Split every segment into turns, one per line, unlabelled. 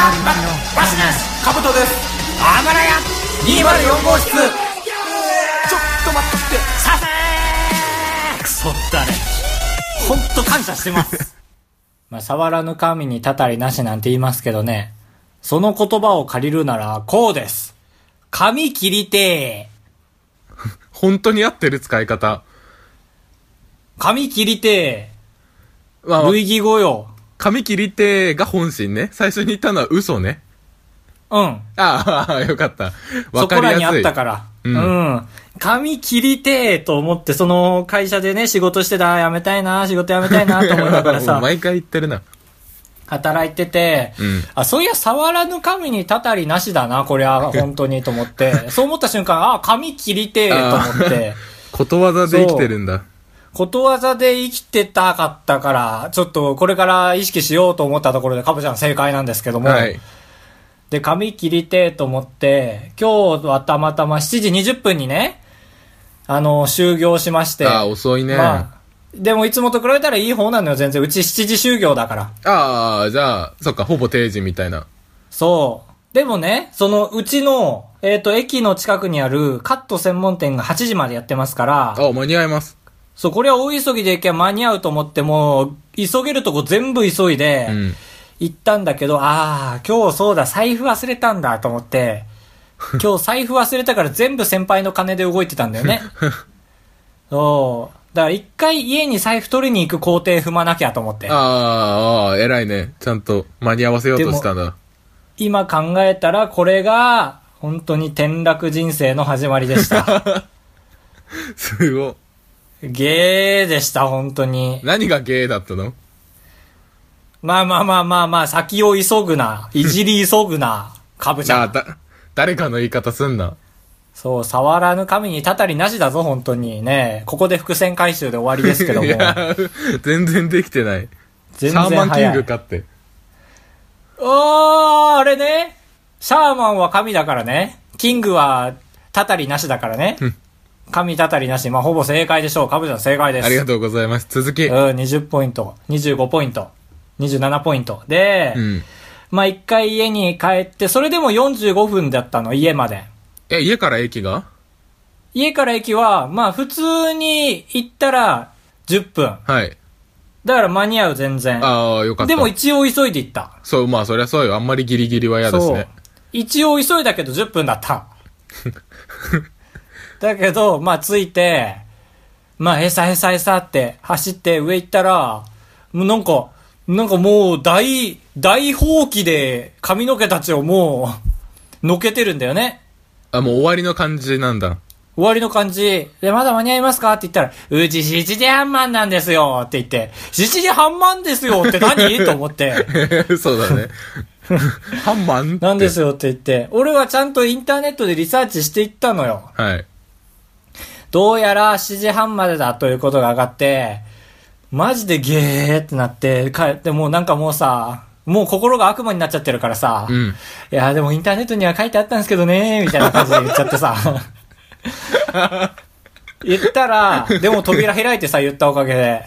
カブトです。
あばらや
204号室。ちょっと待って
させーくそったね。ほんと感謝してますまあ、触らぬ神にたたりなしなんて言いますけどね、その言葉を借りるならこうです。髪切りてー
本当に合ってる使い方。
髪切りてー、
まあ、
類義語よ。
髪切りてが本心ね。最初に言ったのは嘘ね。
うん。
ああ、よかった。わかりやすい。
そこらにあったから。
うん。
髪切りてーと思って、その会社でね、仕事してた、やめたいな、仕事やめたいなと思いながらさ。
毎回言ってるな。
働いてて、そういや、触らぬ神にたたりなしだな、こりゃ、本当にと思って。そう思った瞬間、髪切りてーと思って。
ことわざで生きてるんだ。
ことわざで生きてたかったから、ちょっとこれから意識しようと思ったところで、かぶちゃん正解なんですけども。
はい。
で、髪切りてーと思って、今日はたまたま7時20分にね、就業しまして。
遅いね。
でもいつもと比べたらいい方なのよ、全然。うち7時就業だから。
じゃあ、そっか、ほぼ定時みたいな。
そう。でもね、うちの、駅の近くにあるカット専門店が8時までやってますから。
間に合います。
そう、これは大急ぎで行けば間に合うと思っても、急げるとこ全部急いで、行ったんだけど、今日そうだ、財布忘れたんだと思って、今日財布忘れたから全部先輩の金で動いてたんだよね。そう。だから一回家に財布取りに行く工程踏まなきゃと思って。
偉いね。ちゃんと間に合わせようとしたんだ。
今考えたらこれが、本当に転落人生の始まりでした。
すごい。
ゲーでした、本当に。
何がゲーだったの？
まあ、先を急ぐな。いじり急ぐな。かぶちゃん。
誰かの言い方すんな。
そう、触らぬ神にたたりなしだぞ、本当にね。ここで伏線回収で終わりですけども。
いや、全然できてない。
全然早い。
シャーマンキングかって。
あれね。シャーマンは神だからね。キングはたたりなしだからね。神たたりなし。ほぼ正解でしょう。かぶちゃん正解です。
ありがとうございます。続き。
20ポイント、25ポイント、27ポイント。で、一回家に帰って、それでも45分だったの、家まで。
家から駅が？
家から駅は、普通に行ったら10分。
はい。
だから間に合う、全然。
よかった。
でも一応急いで行った。
そう、そりゃそうよ。あんまりギリギリは嫌ですね。
一応急いだけど10分だった。だけど、着いて、へさって走って上行ったら、もうなんかもう大放棄で髪の毛たちをもう、のけてるんだよね。
もう終わりの感じなんだ。
終わりの感じ。で、まだ間に合いますかって言ったら、うち7時半満なんですよって言って、7時半満ですよって何と思って。
そうだね。半満
なんですよって言って、俺はちゃんとインターネットでリサーチしていったのよ。
はい。
どうやら7時半までだということが上がって、マジでゲーってなって帰って、もうさ、もう心が悪魔になっちゃってるからさ、いやでもインターネットには書いてあったんですけどねみたいな感じで言っちゃってさ言ったら、でも扉開いてさ、言ったおかげで、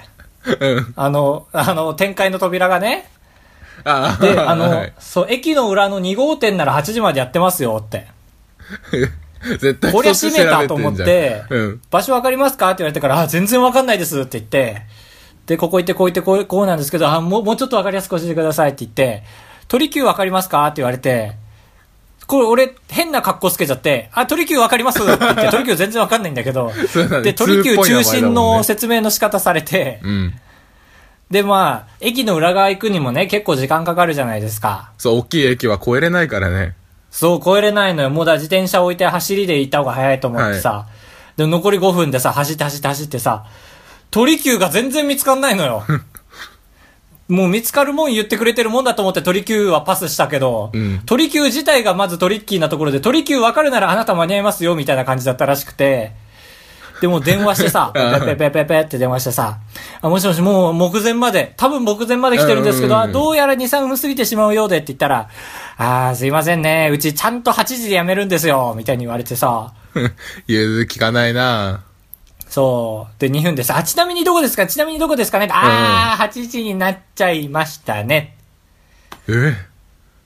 展開の扉がね、で、そう、駅の裏の2号店なら8時までやってますよって
絶対
こりゃ閉めたと思って、場所わかりますかって言われてから、全然わかんないですって言って、で、ここ行ってこうなんですけど、もうちょっとわかりやすく教えてくださいって言って、鳥久わかりますかって言われて、これ俺変な格好つけちゃって、鳥久わかりますって言って、鳥久全然わかんないんだけど、で、鳥久中心の説明の仕方されて、で、駅の裏側行くにもね、結構時間かかるじゃないですか。
そう、大きい駅は越えれないからね。
そう、越えれないのよ。もう自転車置いて走りで行った方が早いと思ってさ。で、残り5分でさ、走ってさ、鳥久が全然見つかんないのよ。もう見つかるもん言ってくれてるもんだと思って鳥久はパスしたけど、鳥久自体がまずトリッキーなところで、鳥久分かるならあなた間に合いますよみたいな感じだったらしくて、でも電話してさ、ペペって電話してさ、もしもしもう多分目前まで来てるんですけど、どうやら2、3分過ぎてしまうようでって言ったら、すいませんね、うちちゃんと8時で辞めるんですよ、みたいに言われてさ。
融通聞かないな。
そう。で、2分でさ、ちなみにどこですかね8時になっちゃいましたね。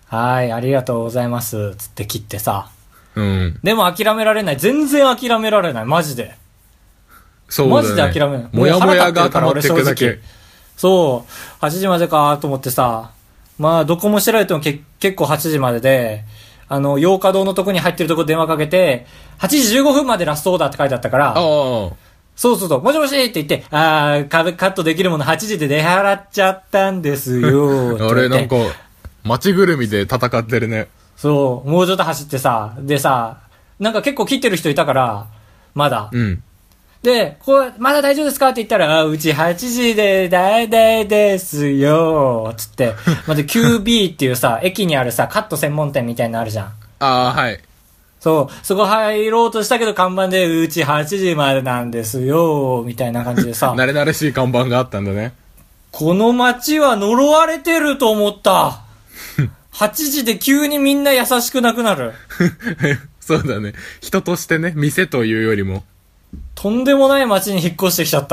はい、ありがとうございます。つって切ってさ。
うん。
でも諦められない。全然諦められない。マジで。
そうだね。
マジで諦めない。
もやもやが溜まっていくだけ。
そう。8時までかと思ってさ。まあ、どこも調べても結構8時までで、洋華堂のとこに入ってるとこ電話かけて、8時15分までラストオーダーって書いてあったから、そうそうそう、もしもしって言って、カットできるもの8時で出払っちゃったんですよ。
あれなんか、街ぐるみで戦ってるね。
そう、もうちょっと走ってさ、でさ、なんか結構切ってる人いたから、まだ。
うん。
で、まだ大丈夫ですかって言ったら、うち8時で大々ですよ、つって、まず QB っていうさ、駅にあるさ、カット専門店みたいなのあるじゃん。
ああ、はい。
そう、そこ入ろうとしたけど看板で、うち8時までなんですよ、みたいな感じでさ。
慣れ慣れしい看板があったんだね。
この街は呪われてると思った。8時で急にみんな優しくなくなる。
そうだね。人としてね、店というよりも。
とんでもない街に引っ越してきちゃった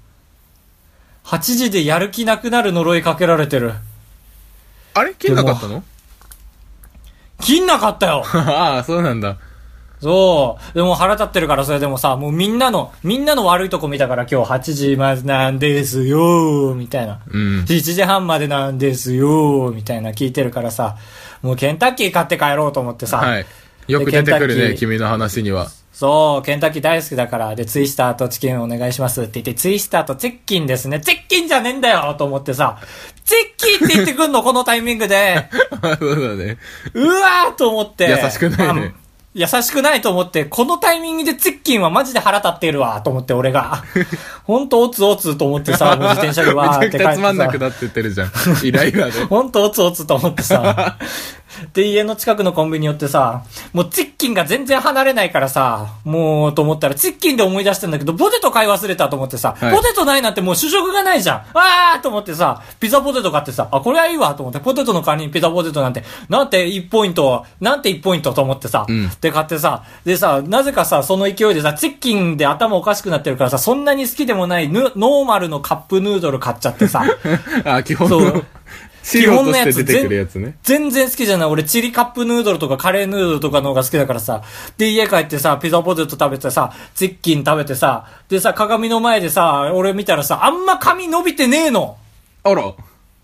。8時でやる気なくなる呪いかけられてる。
あれ切んなかったの？
切んなかったよ。
ああ、そうなんだ。
そう。でも腹立ってるから、それでもさ、もうみんなの悪いとこ見たから今日8時までなんですよ、みたいな。
うん。
7時半までなんですよ、みたいな聞いてるからさ、もうケンタッキー買って帰ろうと思ってさ。
はい。よく出てくるね、君の話には。
そう、ケンタッキー大好きだから、で、ツイスターとチキンお願いしますって言って、ツイスターとチェッキンですね。チェッキンじゃねえんだよと思ってさ、チェッキンって言ってくんのこのタイミングで。
そうだね。
うわーと思って。
優しくないね。
優しくないと思って、このタイミングでチェッキンはマジで腹立ってるわと思って俺が。ほんとオツオツと思ってさ、もう自転車でわーって帰ってさ。
めちゃくちゃつまんなくなってってるじゃん。イライラで。
ほんとオツオツと思ってさ。で、家の近くのコンビニ寄ってさ、もうチッキンが全然離れないからさ、もうと思ったらチッキンで思い出してんだけど、ポテト買い忘れたと思ってさ、はい、ポテトないなんてもう主食がないじゃん。あーと思ってさ、ピザポテト買ってさ、これはいいわと思って、ポテトの代わりにピザポテトなんて1ポイントと思ってさ、で買ってさ、でさ、なぜかさ、その勢いでさ、チッキンで頭おかしくなってるからさ、そんなに好きでもないノーマルのカップヌードル買っちゃってさ。
基本の。基本のやつ出てくるやつね。
全然好きじゃない。俺チリカップヌードルとかカレーヌードルとかの方が好きだからさ。で、家帰ってさ、ピザポテト食べてさ、チッキン食べてさ、でさ、鏡の前でさ、俺見たらさ、あんま髪伸びてねえの。
あら。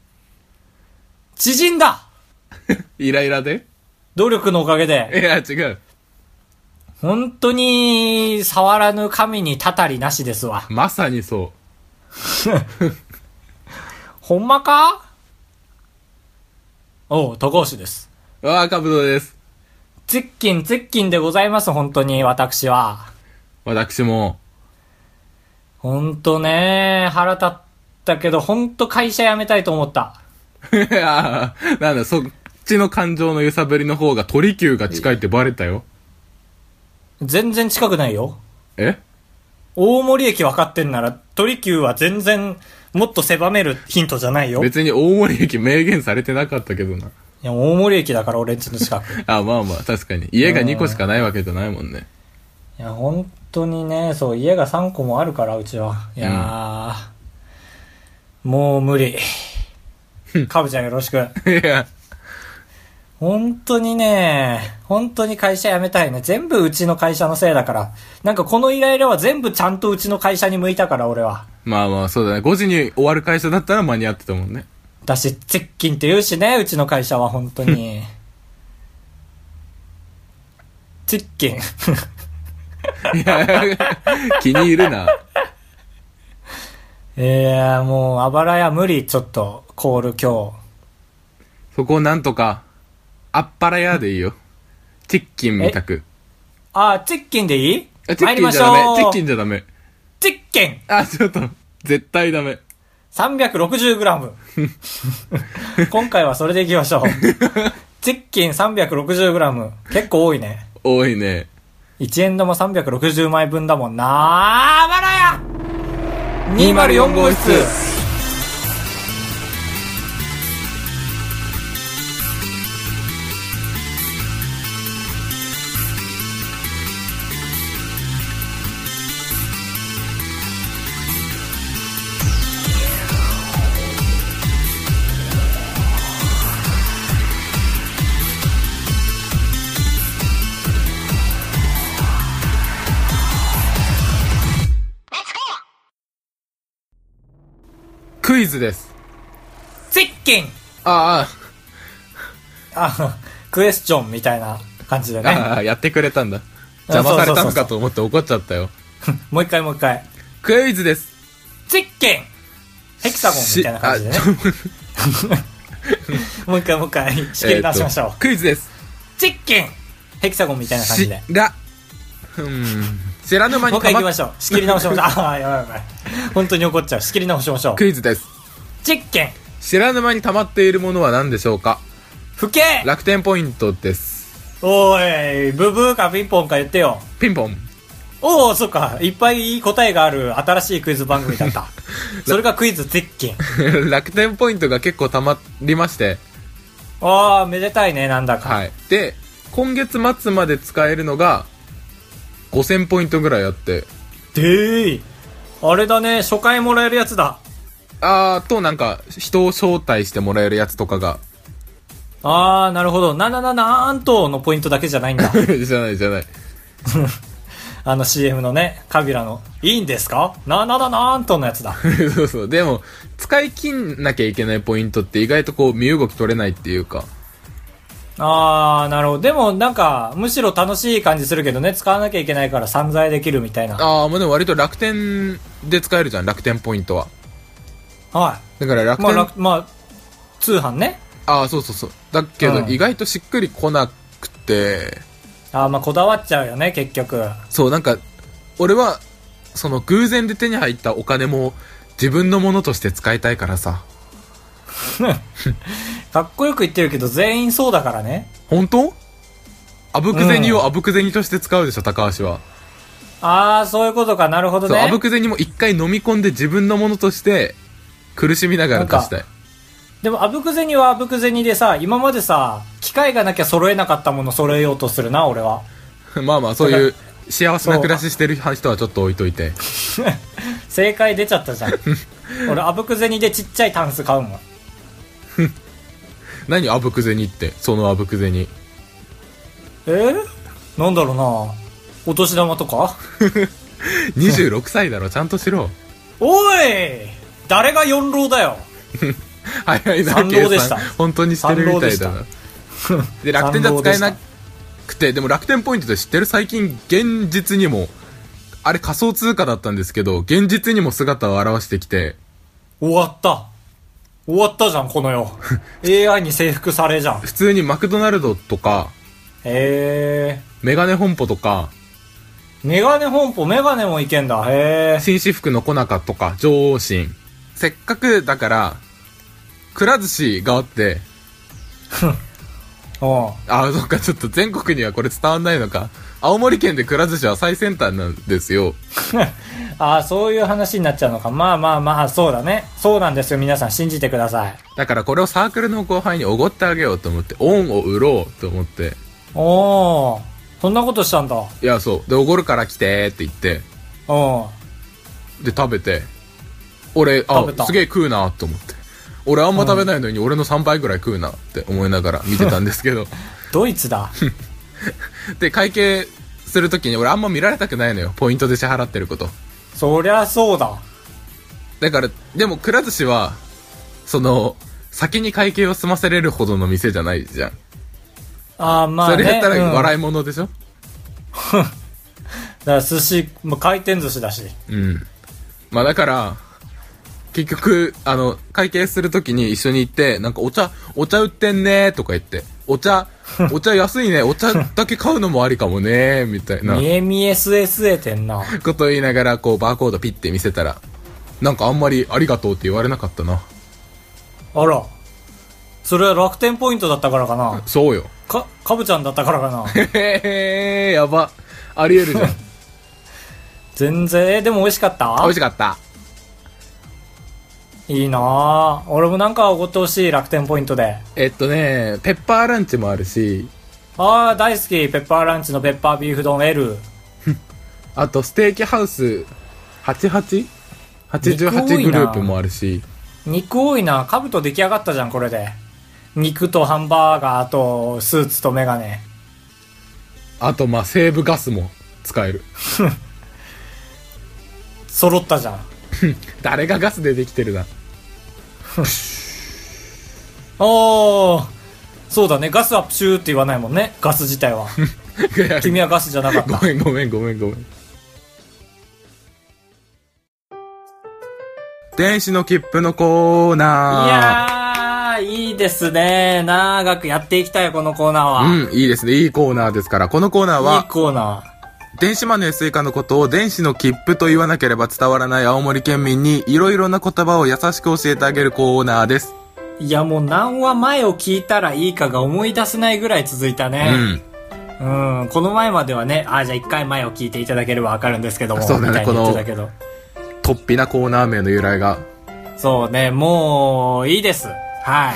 縮んだ。
イライラで？
努力のおかげで。
いや、違う。
本当に、触らぬ神にたたりなしですわ。
まさにそう。
ほんまか？おう、高橋です。
かぶとです。
チッキンでございます、本当に、私は。
私も。
ほんとね、腹立ったけど、ほんと会社辞めたいと思った。
なんだ、そっちの感情の揺さぶりの方が鳥久が近いってバレたよ。
全然近くないよ。
え？
大森駅分かってんなら、鳥久は全然、もっと狭めるヒントじゃないよ。
別に大森駅明言されてなかったけどな。
いや、大森駅だから俺んちの近く。
まあまあ、確かに。家が2個しかないわけじゃないもんね。
いや、本当にね、そう、家が3個もあるから、うちは。いやー、もう無理。かぶちゃんよろしく。
いや。
本当にね、本当に会社辞めたいね。全部うちの会社のせいだから。なんかこのイライラは全部ちゃんとうちの会社に向いたから、俺は。
まあまあ、そうだね。5時に終わる会社だったら間に合ってたもんね。
だし、チッキンって言うしね、うちの会社は本当に。チッキン。
いや、気に入るな。
いや、もう、あばらや無理、ちょっと、コール今日。
そこをなんとか、あっぱらやでいいよ。チッキンみたく。
チッキンでいい？
チッキンじゃダメ。チッキンじゃダメ。
チッキン
ちょっと、絶対ダメ。
360g。今回はそれでいきましょう。チッキン 360g。結構多いね。
多いね。
1円玉360枚分だもんな。あばらや204号室。
クイズです。
ゼッケン
あ
クエスチョンみたいな感じでね。
やってくれたんだ。邪魔されたのかと思って怒っちゃったよ。
もう一回。
クイズです。
ゼッケンヘキサゴンみたいな感じでね。もう一回、仕切り直しましょう。
クイズです。
ゼッケンヘキサゴンみたいな感じで。
知らぬ間に
もう一回行きましょう。仕切り直しましょう。やばい。本当に怒っちゃう。仕切り直しましょう。
クイズです。
ゼッケン
知らぬ間に溜まっているものは何でしょうか？
ふけ
楽天ポイントです。
おい、ブブーかピンポンか言ってよ。
ピンポン。
おお、そっか。いっぱい答えがある新しいクイズ番組だった。それがクイズゼッケン。
楽天ポイントが結構溜まりまして。
ああ、めでたいね、なんだか。
はい。で、今月末まで使えるのが5000ポイントぐらいあって。
あれだね、初回もらえるやつだ。
なんか、人を招待してもらえるやつとかが。
なるほど。なんとのポイントだけじゃないんだ。
じゃない。
CM のね、カビラの、いいんですかなんとのやつだ。
そう。でも、使い切んなきゃいけないポイントって意外とこう、身動き取れないっていうか。
なるほど。でもなんか、むしろ楽しい感じするけどね、使わなきゃいけないから散財できるみたいな。
もうでも割と楽天で使えるじゃん、楽天ポイントは。
はい。
だから楽天。
通販ね。
そう。だけど、意外としっくり来なくて。
こだわっちゃうよね、結局。
そう、なんか、俺は、その偶然で手に入ったお金も自分のものとして使いたいからさ。
かっこよく言ってるけど全員そうだからね。
本当？あぶく銭をあぶく銭として使うでしょ、高橋は。
そういうことか。なるほどね。
そう、あぶく銭も一回飲み込んで自分のものとして苦しみながら出したい。
でもあぶく銭はあぶく銭でさ、今までさ、機会がなきゃ揃えなかったもの揃えようとするな、俺は。
そういう幸せな暮らししてる人はちょっと置いといて。
正解出ちゃったじゃん。俺あぶく銭でちっちゃいタンス買うもん。
何あぶく銭って、そのあぶく銭。
なんだろうな、お年玉とか。
26歳だろ、ちゃんとしろ。
おい、誰が四浪だよ。
早いな、
三浪でした。
本当にしてるみたいだな。で、楽天じゃ使えなくて、でも楽天ポイントで知ってる？最近現実にも、あれ仮想通貨だったんですけど、現実にも姿を現してきて。
終わったじゃん、この世。AI に征服されじゃん。
普通にマクドナルドとか、メガネ本舗とか、
メガネもいけんだ。
紳士服の小中とか、女王神。せっかくだから、くら寿司があって、そっか、ちょっと全国にはこれ伝わんないのか。青森県でくら寿司は最先端なんですよ。
そういう話になっちゃうのか。そうだね。そうなんですよ、皆さん信じてください。
だからこれをサークルの後輩におごってあげようと思って、恩を売ろうと思って。
そんなことしたんだ。
いや、そう。で、おごるから来てって言って。で、食べて。俺、すげえ食うなと思って。俺あんま食べないのに俺の3倍ぐらい食うなって思いながら見てたんですけど。
ドイツだ。
で、会計するときに俺あんま見られたくないのよ。ポイントで支払ってること。
そりゃそうだ。
だから、でもくら寿司は、先に会計を済ませれるほどの店じゃないじゃん。それやったら笑い物でしょ。
だから寿司、回転寿司だし。
だから、結局、会計するときに一緒に行って、なんかお茶売ってんねーとか言って、お茶安いね、お茶だけ買うのもありかもねー、みたいな。
見え見えすえすえてんな。
こと言いながら、こう、バーコードピッて見せたら、なんかあんまりありがとうって言われなかったな。
あら。それは楽天ポイントだったからかな。
そうよ。
かぶちゃんだったからかな。
やば。ありえるじゃん。
全然、でも美味しかった？
美味しかった。
いいなぁ。俺もなんかおごってほしい、楽天ポイントで。
ペッパーランチもあるし。
大好き。ペッパーランチのペッパービーフ丼 L。
あと、ステーキハウス 88?88 グループもあるし。
肉多いな。カブト出来上がったじゃん、これで。肉とハンバーガーとスーツとメガネ。
あと、西部ガスも使える。
揃ったじゃん。
誰がガスでできてるな。
おー、そうだね。ガスはプシューって言わないもんね。ガス自体は。君はガスじゃなかった。
ごめん。電子の切符のコーナー。
いやー、いいですね。長くやっていきたい、このコーナーは。
いいですね。いいコーナーですから。このコーナーは、
いいコーナ
電子マネースイカのことを電子の切符と言わなければ伝わらない青森県民にいろいろな言葉を優しく教えてあげるコーナーです。
ー。いや、もう何話前を聞いたらいいかが思い出せないぐらい続いたね。この前まではね、じゃあ一回前を聞いていただければわかるんですけども。
そうだね、
みたいに言ってたけど。
突飛なコーナー名の由来が。
そうね、もう、いいです。はい。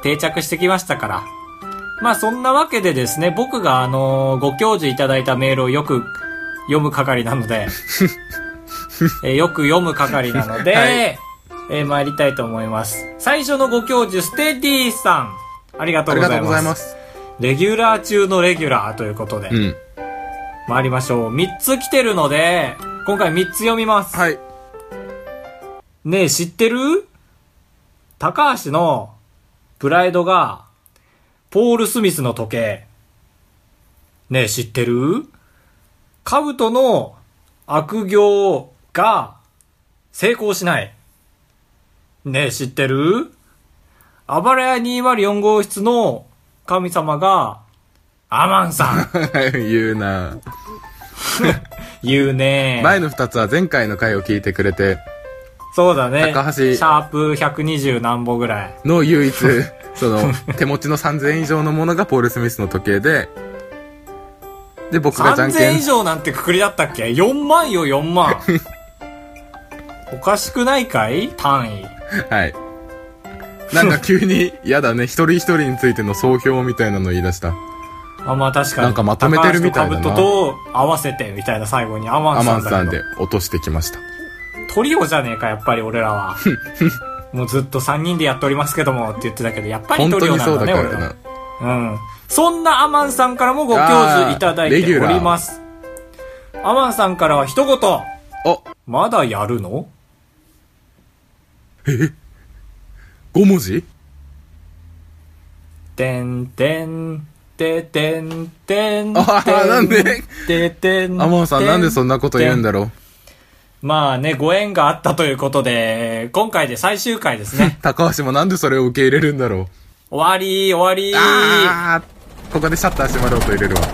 定着してきましたから。まあそんなわけでですね、僕がご教授いただいたメールをよく読む係なので、よく読む係なので、参りたいと思います。最初のご教授、ステディさん。ありがとうございます。レギュラー中のレギュラーということで。参りましょう。3つ来てるので、今回3つ読みます。
はい。
ねえ、知ってる？高橋のプライドが、ポール・スミスの時計。ねえ、知ってる？カブトの悪行が成功しない。ねえ、知ってる？あばらや204号室の神様がアマンさん。
言うな
言うね。
前の2つは前回の回を聞いてくれて、
そうだね。
高橋
シャープ120何本ぐらい
の唯一その手持ちの3000円以上のものがポール・スミスの時計で、僕がじゃんけん。
3000以上なんてくくりだったっけ？ 4 万よ、4万。おかしくないかい？単位。
はい。なんか急に、やだね、一人一人についての総評みたいなの言い出した。
まあ確かに。
なんかまとめてるみたいだな。
高橋とカブトと合わせてみたいな、最後にアマンさんだけど。
アマンさんで落としてきました。
トリオじゃねえか、やっぱり俺らは。もうずっと3人でやっておりますけどもって言ってたけど、やっぱりトリオなんだね、俺ら。そんなアマンさんからもご教授いただいております。アマンさんからは一言。まだやるの
？5文字？
てんてんててんてん。
なんで？
ててん。
アマンさんなんでそんなこと言うんだろう。
まあね、ご縁があったということで、今回で最終回ですね。
高橋もなんでそれを受け入れるんだろう。
終わり。
ここでシャッター閉まる音入れるわ。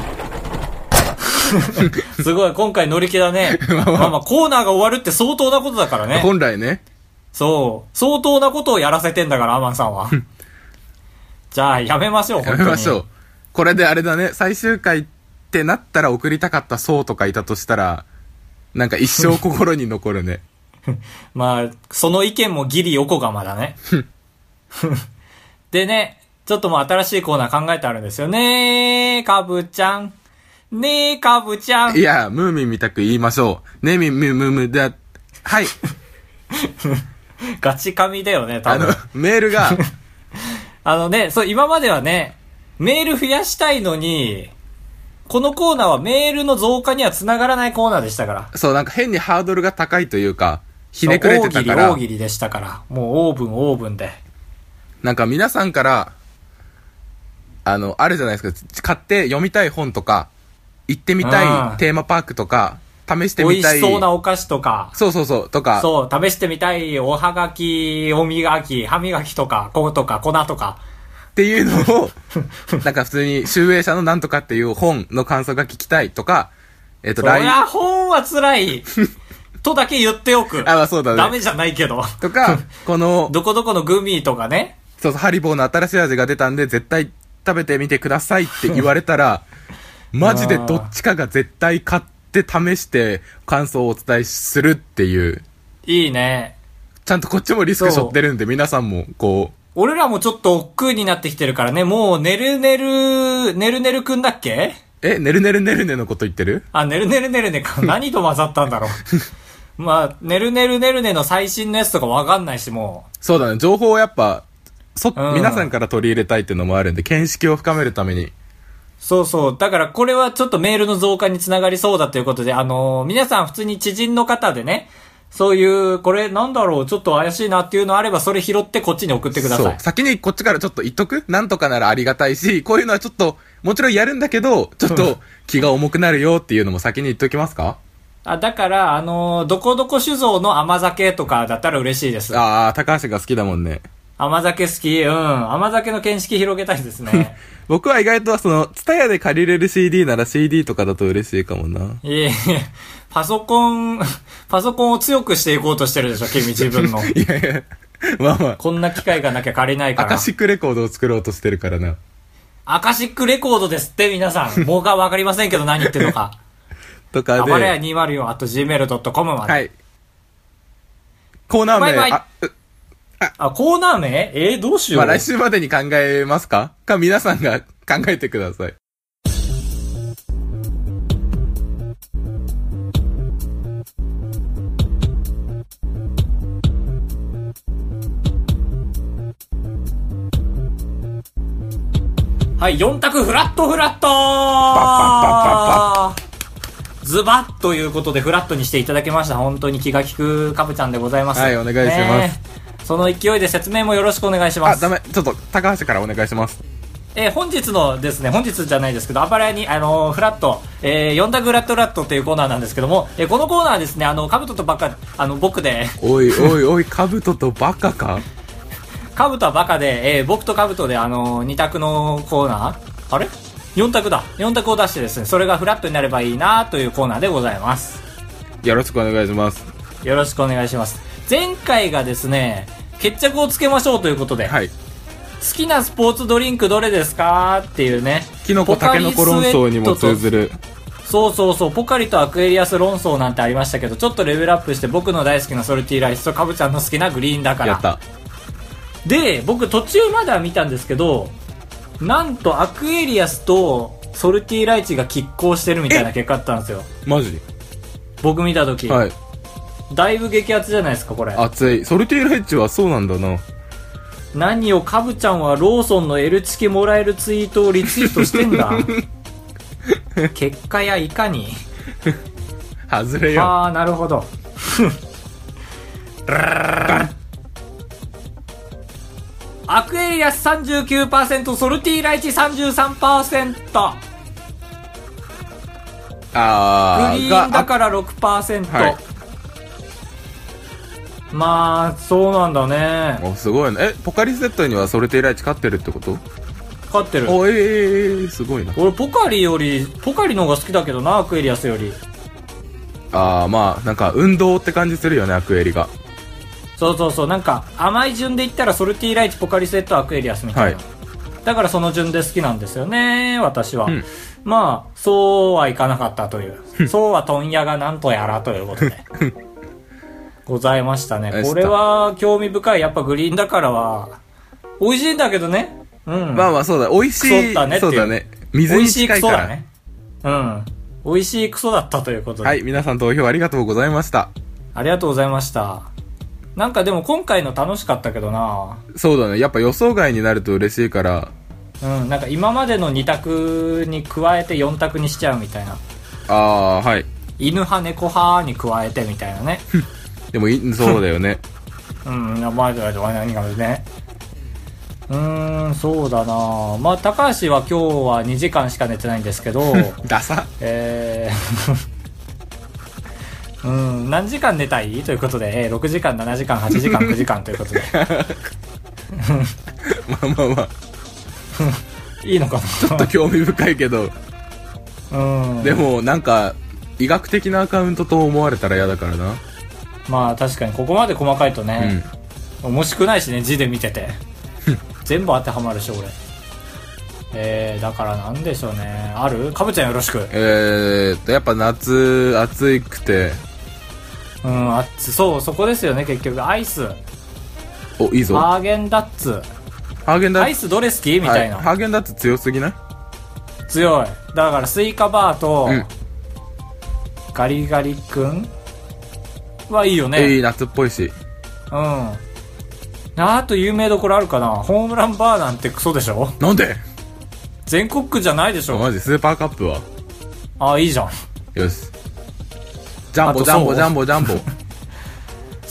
すごい、今回乗り気だね。まあコーナーが終わるって相当なことだからね。
本来ね。
そう。相当なことをやらせてんだから、アマンさんは。じゃあ、やめましょう、
やめましょう。これであれだね、最終回ってなったら送りたかった層とかいたとしたら、なんか一生心に残るね。
まあ、その意見もギリ横釜だね。でね、ちょっともう新しいコーナー考えてあるんですよね。かぶちゃん。ねえ、かぶちゃん。
いや、ムーミンみたく言いましょう。ねえ、ムームだ。はい。
ガチ神だよね、多分。
メールが。
そう、今まではね、メール増やしたいのに、このコーナーはメールの増加には繋がらないコーナーでしたから。
そう、なんか変にハードルが高いというか、ひねくれてたから。
大喜利でしたから。もうオーブンで。
なんか皆さんから、あるじゃないですか。買って読みたい本とか、行ってみたいテーマパークとか、試してみたい。
美味しそうなお菓子とか。
そうとか。
そう、試してみたいおはがき、お磨き、歯磨きとか、粉とか、粉とか。
っていうのを、なんか普通に、集英社のなんとかっていう本の感想が聞きたいとか、
そりゃ本は辛い。とだけ言っておく。
そうだね。
ダメじゃないけど。
とか、この、
どこどこのグミとかね。
そう、ハリボーの新しい味が出たんで、絶対食べてみてくださいって言われたら、マジでどっちかが絶対買って試して感想をお伝えするっていう。
いいね。
ちゃんとこっちもリスク背負ってるんで、皆さんもこう。
俺らもちょっと億劫になってきてるからね、もうねるねるくんだっけ？
ねるねるねるねのこと言ってる？
ねるねるねるねか。何と混ざったんだろう。まあ、ねるねるねるねの最新のやつとかわかんないし、もう。
そうだね、情報をやっぱ、皆さんから取り入れたいっていうのもあるんで、見識を深めるために。
そう。だからこれはちょっとメールの増加につながりそうだということで、皆さん普通に知人の方でね、 そういう、これなんだろう、ちょっと怪しいなっていうのあれば、それ拾ってこっちに送ってください。そう。
先にこっちからちょっと言っとく？なんとかならありがたいし、こういうのはちょっと、もちろんやるんだけど、ちょっと気が重くなるよっていうのも先に言っときますか？
だから、どこどこ酒造の甘酒とかだったら嬉しいです。
高橋が好きだもんね。
甘酒好き、甘酒の見識広げたいですね。
僕は意外とツタヤで借りれる CD なら CD とかだと嬉しいかもな。
いえいえ、パソコンを強くしていこうとしてるでしょ、君自分の。
いやいや、まあまあ。
こんな機会がなきゃ借りないから。
アカシックレコードを作ろうとしてるからな。
アカシックレコードですって、皆さん。僕はわかりませんけど何言ってるのか。
とかで。
あばれや 204@gmail.com まで。
はい。コーナー名。
バイバイ。コーナー名？どうしよう。
来週までに考えますか？皆さんが考えてください。
はい、4択フラットズバッということでフラットにしていただきました。本当に気が利くかぶちゃんでございます。
はい、お願いします。
その勢いで説明もよろしくお願いします。
ダメ。ちょっと、高橋からお願いします。
本日のですね、本日じゃないですけど、アパラに、フラット、4択フラットというコーナーなんですけども、このコーナーはですね、カブトとバカ、僕で。
おい、カブトとバカか？
カブトはバカで、僕とカブトで2択のコーナー？あれ？ 4 択だ。4択を出してですね、それがフラットになればいいなというコーナーでございます。
よろしくお願いします。
よろしくお願いします。前回がですね、決着をつけましょうということで、
はい。
好きなスポーツドリンクどれですかっていうね。
キノコタケノコ論争にも通ずる。
そう、ポカリとアクエリアス論争なんてありましたけど、ちょっとレベルアップして僕の大好きなソルティーライスとカブちゃんの好きなグリーンだから。
やった。
で、僕途中までは見たんですけど、なんとアクエリアスとソルティーライチが拮抗してるみたいな結果だったんですよ。
マジ？
僕見たとき。
はい。
だいぶ激アツじゃないですか、これ。
熱い。ソルティーライチはそうなんだな。
何をカブちゃんはローソンの L チケもらえるツイートをリツイートしてんだ。結果やいかに。
外れよ。
なるほど。アクエリアス 39%、ソルティーライチ 33%。グリーンだから 6%。はい、まあ、そうなんだね。
すごいね。ポカリセットにはソルティーライチ勝ってるってこと？
勝ってる。
すごいな。
俺ポカリの方が好きだけどな、アクエリアスより。
まあ、なんか運動って感じするよね、アクエリが。
そう、なんか甘い順で言ったらソルティーライチ、ポカリセット、アクエリアスみたいな。はい、だからその順で好きなんですよね、私は。まあ、そうはいかなかったという。そうは問屋がなんとやらということで。ございましたね。これは興味深い。やっぱグリーンだからは、美味しいんだけどね。
まあ、そうだ、美味しい。
クソだねっていう。
そうだね。水に近いから。
美味しいクソだね。美味しいクソだったということで。
はい、皆さん投票ありがとうございました。
ありがとうございました。なんかでも今回の楽しかったけどな。
そうだね。やっぱ予想外になると嬉しいから。
なんか今までの2択に加えて4択にしちゃうみたいな。
はい。
犬派猫派に加えてみたいなね。
でもそうだよね。
何がね。そうだな。まあ高橋は今日は2時間しか寝てないんですけど。
ダサ。
何時間寝たいということで、6時間、7時間、8時間、9時間ということで。
まあ。
いいのかな。
ちょっと興味深いけど。でも、なんか、医学的なアカウントと思われたら嫌だからな。
まあ確かに、ここまで細かいとね、面白くないしね、字で見てて。全部当てはまるし、俺。だからなんでしょうね。ある？かぶちゃんよろしく。
やっぱ夏、暑くて。
そこですよね、結局。アイス。
いいぞ。
ハーゲンダッツ。アイスどれ好きみたいな。
ハーゲンダッツ強すぎない？
強い。だからスイカバーと、ガリガリ君はいいよね。
いい、夏っぽいし。
あと有名どころあるかな。ホームランバーなんてクソでしょ？
なんで？
全国区じゃないでしょ。
マジスーパーカップは？
いいじゃん。
よし。ジャンボ。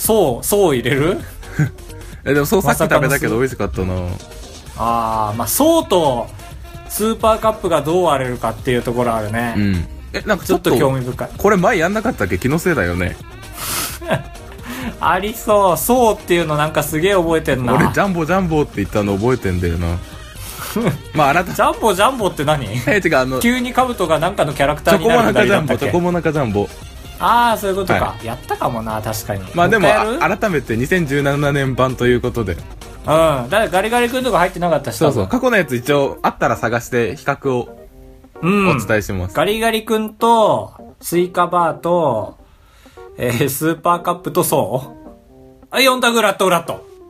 そう入れる？
でもそうさっき食べたけど美味しかったな。
まあそうとスーパーカップがどう割れるかっていうところあるね。
うん。なんか
ちょっと興味深い。
これ前やんなかったっけ？気のせいだよね。
ありそう。そうっていうのなんかすげえ覚えてんな。
俺ジャンボって言ったの覚えてんだよな。まああなた
ジャンボって何？
違う
急にカブトがなんかのキャラクターになるくだりだったっけ？
チョコモナカジャンボ。
そういうことか、やったかもな、確かに。
まあでも改めて2017年版ということで。
だからガリガリ君とか入ってなかったし。
そう過去のやつ一応あったら探して比較をお伝えします。
ガリガリ君とスイカバーとスーパーカップと4択ラット。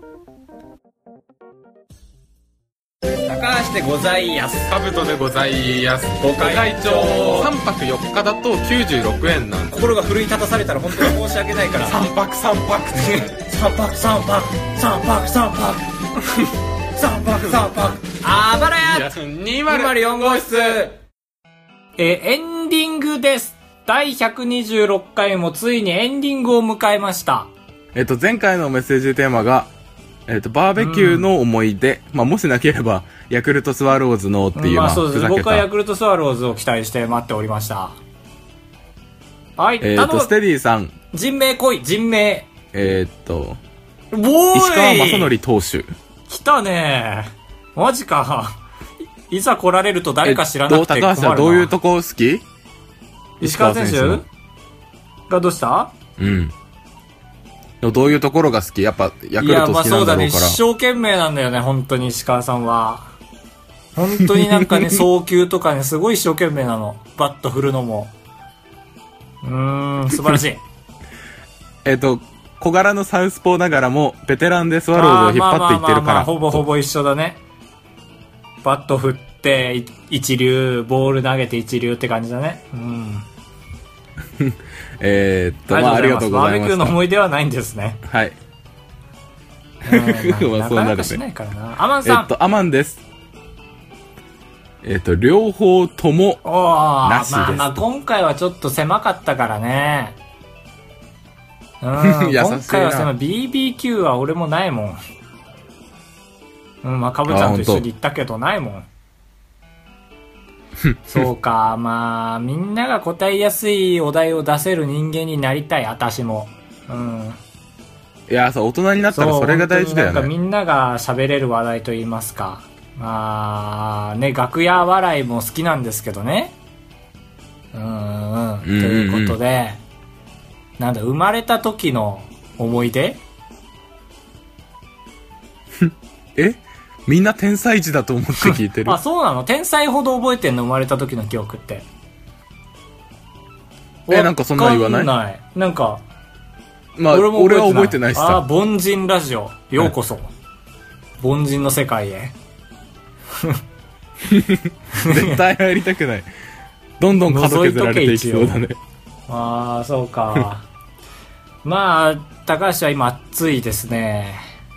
高橋でございやす。
カブトでございやす。
ご会長。
3泊4日だと96円なんで。
心が奮い立たされたら本当に申し訳ないから。
3泊3泊
あばらや204号室。エンディングです。第126回もついにエンディングを迎えました。
前回のメッセージテーマがバーベキューの思い出、まあもしなければヤクルトスワローズのっていう、
そうです。僕はヤクルトスワローズを期待して待っておりました。はい、ステ
ディさん、
人名来い、人名。
石川雅則投手。
来たねー。マジか。いざ来られると誰か知らなくて困るな。
高橋はどういうとこ好き？
石川選手がどうした？
どういうところが好き？やっぱヤクルト好きなんだろうから。
そうだね、一生懸命なんだよね、本当に石川さんは。本当になんかね、送球とかね、すごい一生懸命なの。バット振るのも。素晴らしい。
小柄のサウスポーながらも、ベテランでスワローズを引っ張っていってるから。
ほぼ一緒だね。バット振って、一流、ボール投げて一流って感じだね。
ありがとうございます。
バーベキューの思い出はないんですね。
はい。
なかなかしないからな。アマンさん。
アマンです。両方とも、なしです。
今回はちょっと狭かったからね。今回はBBQ は俺もないもん。かぶちゃんと一緒に行ったけどないもん。そうか、みんなが答えやすいお題を出せる人間になりたい、私も。
いや、大人になったらそれが大事だよね。
なんかみんなが喋れる話題と言いますか。楽屋笑いも好きなんですけどね。ということで、生まれた時の思い出？
みんな天才児だと思って聞いてる。
そうなの？天才ほど覚えてんの？生まれた時の記憶って。
なんかそんな言わない？
なんか、
俺は覚えてないしさ。
凡人ラジオ、ようこそ。凡人の世界へ。
絶対入りたくない。どんどん角削られていきそうだね。
そうか。高橋は今暑いですね。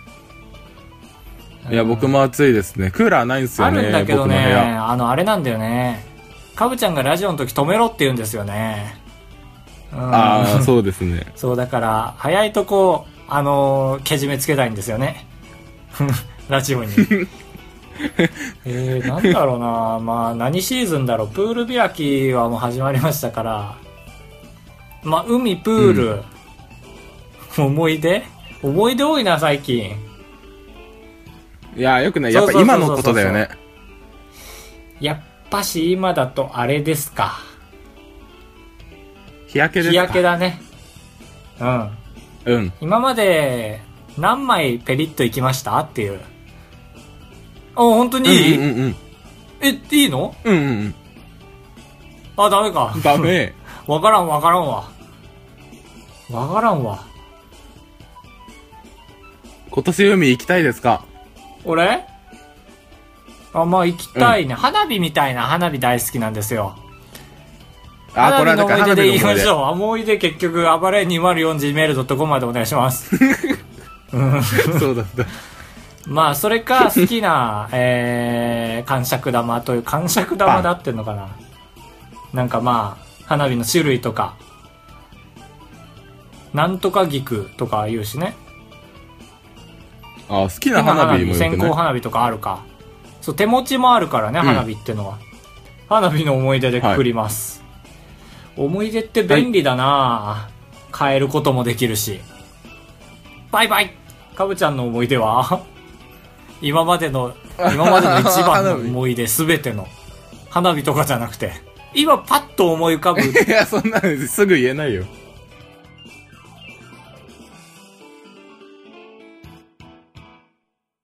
いや、僕も暑いですね。クーラーないんですよね。
あるんだけどね、あれなんだよね。かぶちゃんがラジオの時止めろって言うんですよね。
そうですね。
そう、だから、早いとこ、けじめつけたいんですよね。ラジオに。なんだろうな、何シーズンだろう。プール開きはもう始まりましたから。海、プール、思い出多いな、最近。
いや、よくない。やっぱ今のことだよね。
やっぱし今だとあれですか。
日焼けですか？
日焼けだね。今まで何枚ペリッといきましたっていう。本当にいい？いいの？ダメか。
ダメ。
わからんわ。
今年海行きたいですか？
俺？行きたいね。花火みたいな花火大好きなんですよ。花火の思い出で言いましょう。思い出結局、暴れ 204gmail.com までお願いします。
そうだった。
それか好きな、感触玉という、感触玉で合ってんのかな？なんか花火の種類とか。 なんとか菊とか言うしね。
あ、好きな花火もよくね。
線香花火とかあるか。そう、手持ちもあるからね、花火ってのは。花火の思い出でくくります。思い出って便利だなぁ。変えることもできるし。バイバイかぶちゃんの思い出は今までの一番の思い出すべての。花火とかじゃなくて。今パッと思い浮かぶ。
いや、そんなのすぐ言えないよ。